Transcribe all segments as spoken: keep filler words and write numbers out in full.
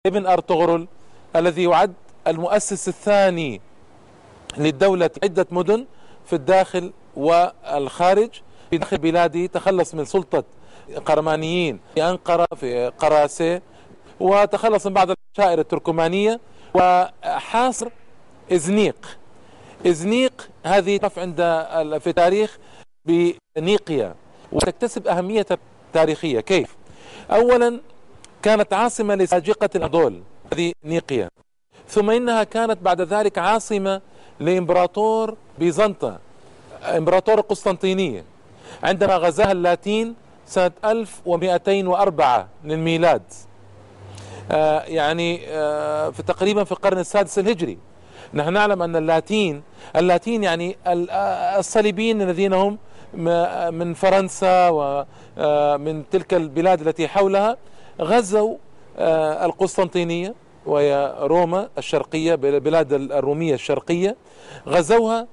ابن أرطغرل الذي يعد المؤسس الثاني للدولة عدة مدن في الداخل والخارج. في داخل بلاده تخلص من سلطة قرمانيين في أنقرة في قراسة، وتخلص من بعض الشائر التركمانية، وحاصر إزنيق. إزنيق هذه تعرف عند في التاريخ بنيقيا، وتكتسب أهمية تاريخية. كيف؟ أولا كانت عاصمة لسلاجقة الأناضول هذه نيقيا، ثم إنها كانت بعد ذلك عاصمة لإمبراطور بيزنطة، إمبراطور القسطنطينية، عندما غزاها اللاتين سنة ألف ومئتين وأربعة للميلاد، آه يعني آه في تقريبا في القرن السادس الهجري. نحن نعلم أن اللاتين اللاتين يعني الصليبيين الذين هم من فرنسا ومن تلك البلاد التي حولها غزوا القسطنطينية وهي روما الشرقية، بلاد الرومية الشرقية، غزوها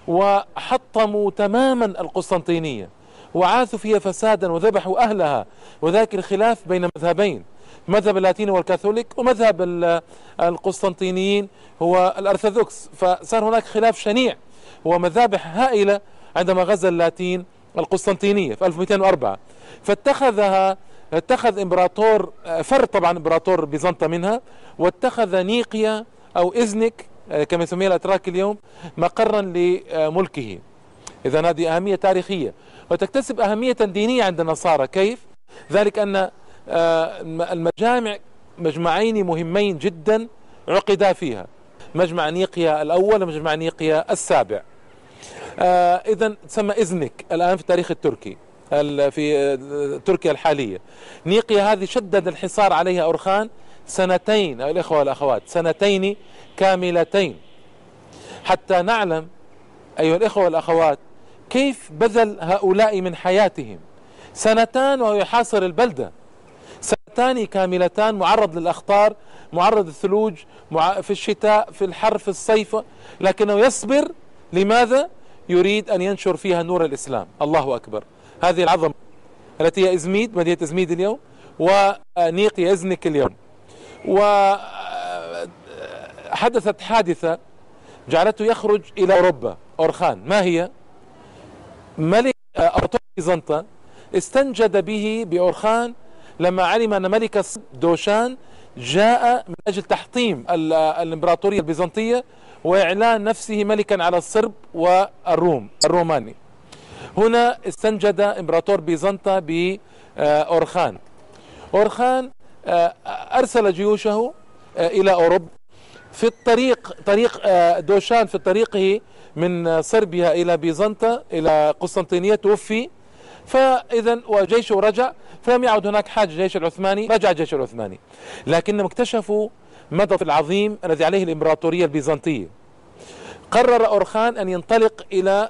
وحطموا تماما القسطنطينية وعاثوا فيها فسادا وذبحوا أهلها. وذاك الخلاف بين مذهبين، مذهب اللاتيني والكاثوليك، ومذهب القسطنطينيين هو الأرثوذكس. فصار هناك خلاف شنيع ومذابح هائلة عندما غزا اللاتين القسطنطينية في ألف ومئتين وأربعة، فاتخذها اتخذ امبراطور فر طبعا امبراطور بيزنطة منها، واتخذ نيقيا او ازنك كما يسميها الاتراك اليوم مقرا لملكه. اذا هذه اهمية تاريخية، وتكتسب اهمية دينية عند النصارى. كيف ذلك؟ ان المجامع مجمعين مهمين جدا عقدا فيها، مجمع نيقيا الاول ومجمع نيقيا السابع. اذا تسمى ازنك الان في التاريخ التركي في تركيا الحالية. نيقيا هذه شدد الحصار عليها أورخان سنتين، أو الإخوة والأخوات، سنتين كاملتين، حتى نعلم أيها الإخوة والأخوات كيف بذل هؤلاء من حياتهم. سنتان وهو يحاصر البلدة، سنتان كاملتان، معرض للأخطار، معرض للثلوج في الشتاء، في الحر، في الصيف، لكنه يصبر. لماذا؟ يريد أن ينشر فيها نور الإسلام. الله أكبر. هذه العظمة التي هي إزميد، مدينة إزميد اليوم، ونيقيا إزنك اليوم. وحدثت حادثة جعلته يخرج إلى أوروبا أورخان. ما هي؟ ملك أرطغرل بيزنطة استنجد به بأورخان لما علم أن ملك دوشان جاء من أجل تحطيم الإمبراطورية البيزنطية وإعلان نفسه ملكا على الصرب والروم الروماني. هنا استنجد امبراطور بيزنطة بأورخان. أورخان أرسل جيوشه إلى أوروبا. في الطريق، طريق دوشان في طريقه من صربيا إلى بيزنطة إلى قسطنطينية توفي، فإذا وجيشه رجع، فلم يعد هناك حاجة الجيش العثماني، رجع الجيش العثماني. لكنهم اكتشفوا مدى العظيم الذي عليه الإمبراطورية البيزنطية. قرر أورخان أن ينطلق إلى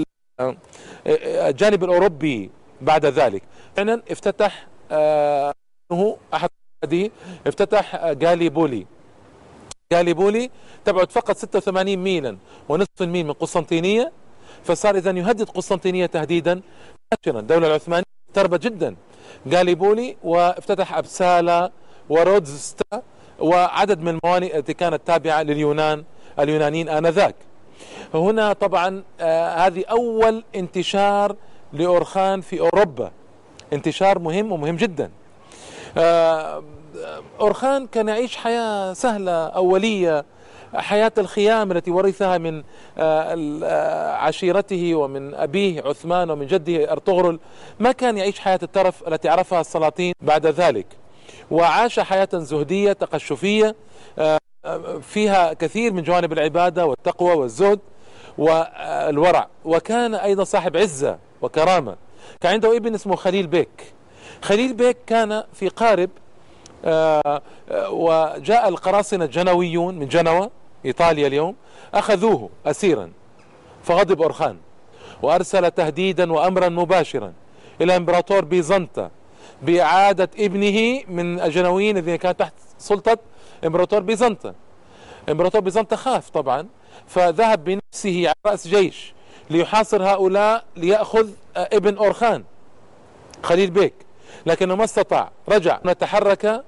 الجانب الأوروبي بعد ذلك. فعلا افتتح آه أحد افتتح جاليبولي. جاليبولي تبعد فقط ستة وثمانين ميلا ونصف الميل من قسطنطينية، فصار إذن يهدد قسطنطينية تهديدا مباشرا. الدولة العثمانية اقتربت جدا جاليبولي، وافتتح أبسالا ورودزستا وعدد من الموانئ التي كانت تابعة لليونان اليونانيين آنذاك. هنا طبعا آه هذه أول انتشار لأورخان في أوروبا، انتشار مهم ومهم جدا. آه أورخان كان يعيش حياة سهلة أولية، حياة الخيام التي ورثها من آه عشيرته ومن أبيه عثمان ومن جده أرطغرل. ما كان يعيش حياة الترف التي عرفها السلاطين بعد ذلك، وعاش حياة زهدية تقشفية آه فيها كثير من جوانب العبادة والتقوى والزهد والورع، وكان أيضا صاحب عزة وكرامة. كان عنده ابن اسمه خليل بيك. خليل بيك كان في قارب، آآ آآ وجاء القراصنة الجنويون من جنوة إيطاليا اليوم، أخذوه أسيرا، فغضب أورخان وأرسل تهديدا وأمرا مباشرا إلى إمبراطور بيزنطة بإعادة ابنه من الجنويين الذين كانوا تحت سلطة إمبراطور بيزنطة. إمبراطور بيزنطة خاف طبعا، فذهب بنفسه على رأس جيش ليحاصر هؤلاء ليأخذ ابن أورخان خليل بيك، لكنه ما استطاع. رجع، تحرك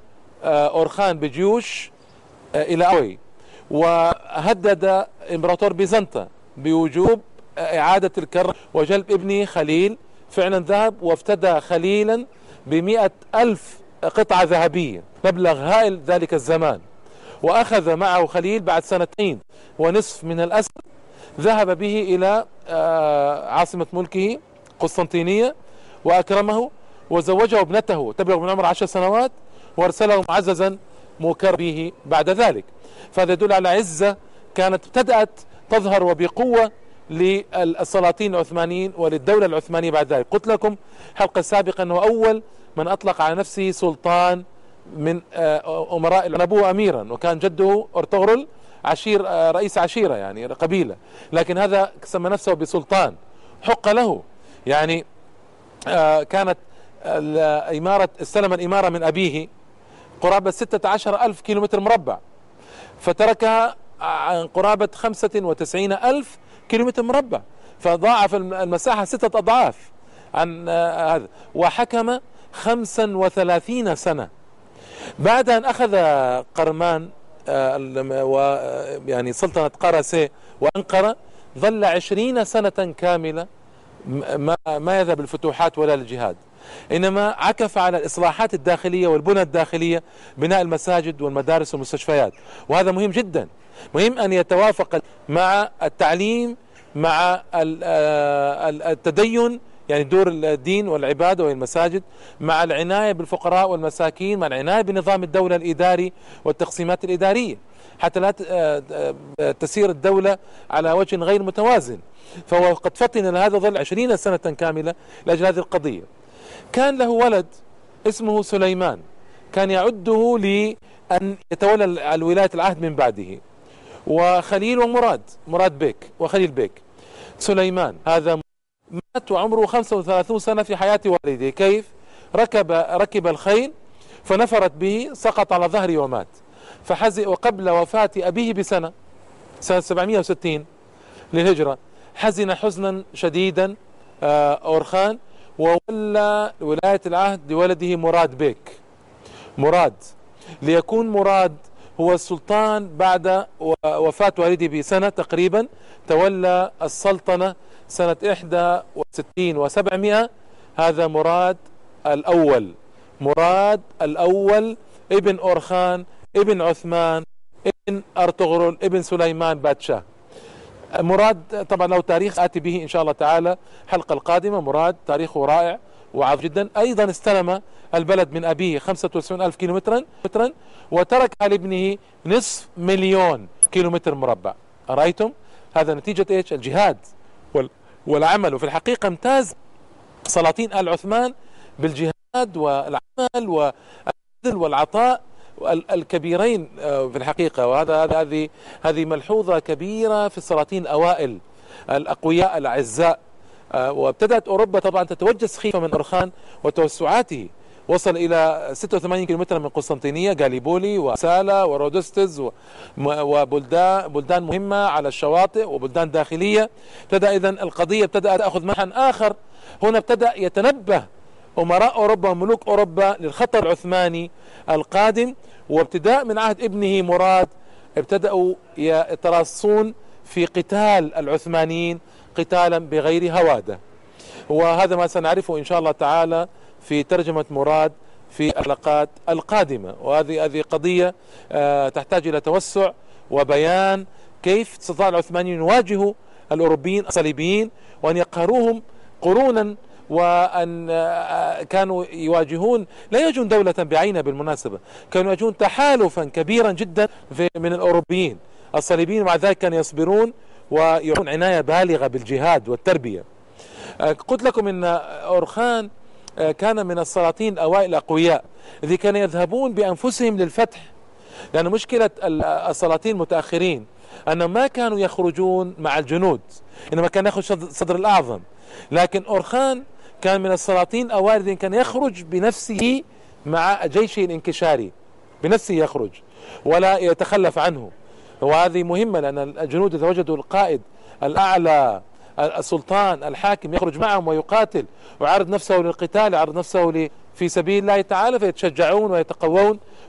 أورخان بجيوش إلى أوي، وهدد إمبراطور بيزنطة بوجوب إعادة الكرة وجلب ابنه خليل. فعلا ذهب وافتدى خليلا بمئة ألف قطعة ذهبية، مبلغ هائل ذلك الزمان. وأخذ معه خليل بعد سنتين ونصف من الأسر، ذهب به إلى عاصمة ملكه قسطنطينية وأكرمه وزوجه ابنته تبلغ من عمر عشر سنوات، وارسله معززا مكرم به بعد ذلك. فهذا يدل على عزة كانت ابتدأت تظهر وبقوة للسلاطين العثمانيين وللدولة العثمانية بعد ذلك. قلت لكم حلقة سابقة أنه أول من أطلق على نفسه سلطان من أمراء، أبوه أميرا وكان جده أرطغرل عشير، رئيس عشيرة يعني قبيلة، لكن هذا سمى نفسه بسلطان حق له. يعني كانت الإمارة، استلم الإمارة من أبيه قرابة ستة عشر ألف كيلومتر مربع، فتركها عن قرابة خمسة وتسعين ألف كيلومتر مربع، فضاعف المساحة ستة أضعاف عن هذا. وحكم خمسا وثلاثين سنة. بعد أن أخذ قرمان يعني سلطنة قرسي وأنقرة، ظل عشرين سنة كاملة ما يذهب للفتوحات ولا للجهاد، إنما عكف على الإصلاحات الداخلية والبنى الداخلية، بناء المساجد والمدارس والمستشفيات. وهذا مهم جدا، مهم أن يتوافق مع التعليم مع التدين، يعني دور الدين والعبادة والمساجد، مع العناية بالفقراء والمساكين، مع العناية بنظام الدولة الإداري والتقسيمات الإدارية، حتى لا تسير الدولة على وجه غير متوازن. فهو قد فطن لهذا، ظل عشرين سنة كاملة لأجل هذه القضية. كان له ولد اسمه سليمان، كان يعده لأن يتولى الولاية العهد من بعده، وخليل ومراد، مراد بيك وخليل بيك. سليمان هذا مات وعمره خمسة وثلاثين سنة في حياة والده. كيف؟ ركب ركب الخيل فنفرت به، سقط على ظهره ومات. فحزن، وقبل وفاة أبيه بسنة، سنة سبعمئة وستين للهجرة، حزن حزنا شديدا أورخان، وولى ولاية العهد لولده مراد بيك. مراد، ليكون مراد هو السلطان بعد وفاة والده بسنة تقريبا، تولى السلطنة سنة إحدى وستين وسبعمائة. هذا مراد الأول، مراد الأول ابن أورخان ابن عثمان ابن أرطغرل ابن سليمان بادشاه. مراد طبعا له تاريخ آتي به إن شاء الله تعالى الحلقة القادمة. مراد تاريخه رائع وعظيم جدا. أيضا استلم البلد من أبيه خمسة وتسعين ألف كيلومترا، وترك لابنه نصف مليون كيلومتر مربع. أرأيتم هذا نتيجة إيش؟ الجهاد والعمل. وفي الحقيقة امتاز سلاطين آل عثمان بالجهاد والعمل والبذل والعطاء الكبيرين في الحقيقة. وهذا هذه هذه ملحوظة كبيرة في السلاطين الأوائل الأقوياء الأعزاء. وابتدأت أوروبا طبعا تتوجس خيفة من أورخان وتوسعاته. وصل إلى ستة وثمانين كيلومتر من قسطنطينية، غاليبولي وسالا ورودستز وبلدان بلدان مهمة على الشواطئ وبلدان داخلية. ابتدأ إذن القضية ابتدأت تأخذ منحى آخر. هنا ابتدأ يتنبه أمراء أوروبا وملوك أوروبا للخطر العثماني القادم. وابتداء من عهد ابنه مراد ابتدأوا يتراصون في قتال العثمانيين قتالا بغير هوادة. وهذا ما سنعرفه إن شاء الله تعالى في ترجمة مراد في الحلقات القادمة. وهذه هذه قضية تحتاج إلى توسع وبيان كيف استطاع العثمانيين يواجهوا الأوروبيين الصليبيين وأن يقهروهم قرونا، وأن كانوا يواجهون لا يواجهون دولة بعينها بالمناسبة، كانوا يواجهون تحالفا كبيرا جدا من الأوروبيين الصليبيين، ومع ذلك كانوا يصبرون ويعطون عناية بالغة بالجهاد والتربية. قلت لكم أن أورخان كان من السلاطين الأوائل الأقوياء الذين كانوا يذهبون بأنفسهم للفتح، لأن مشكلة السلاطين المتأخرين أنهم ما كانوا يخرجون مع الجنود، إنما كان يخرج صدر الأعظم. لكن أورخان كان من السلاطين الأوائل الذين كان يخرج بنفسه مع جيشه الانكشاري، بنفسه يخرج ولا يتخلف عنه. وهذه مهمة، لأن الجنود إذا وجدوا القائد الأعلى السلطان الحاكم يخرج معهم ويقاتل ويعرض نفسه للقتال، يعرض نفسه في سبيل الله تعالى، فيتشجعون ويتقوون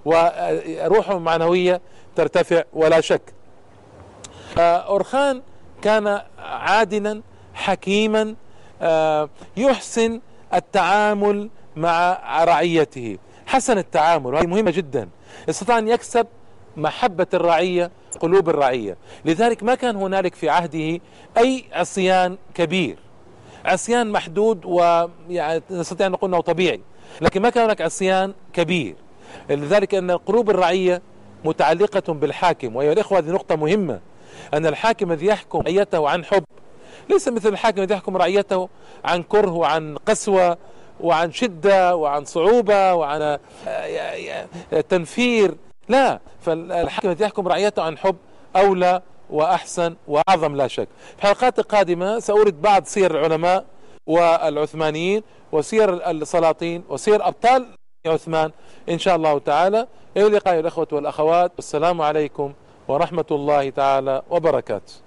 وروحهم المعنوية ترتفع ولا شك. أورخان كان عادلا حكيما يحسن التعامل مع رعيته، حسن التعامل، وهي مهمة جدا. استطاع أن يكسب محبة الرعية، قلوب الرعية. لذلك ما كان هنالك في عهده أي عصيان كبير، عصيان محدود ويعني نستطيع أن نقول أنه طبيعي، لكن ما كان هناك عصيان كبير. لذلك أن قلوب الرعية متعلقة بالحاكم. وأيها الإخوة، هذه نقطة مهمة، أن الحاكم الذي يحكم رعيته عن حب ليس مثل الحاكم الذي يحكم رعيته عن كره وعن قسوة وعن شدة وعن صعوبة وعن تنفير. لا، فالحاكم الذي يحكم رعيته عن حب أولى وأحسن وأعظم لا شك. في الحلقات القادمة سأورد بعض سير العلماء والعثمانيين وسير السلاطين وسير أبطال عثمان إن شاء الله تعالى. إلى اللقاء الأخوة والأخوات، والسلام عليكم ورحمة الله تعالى وبركاته.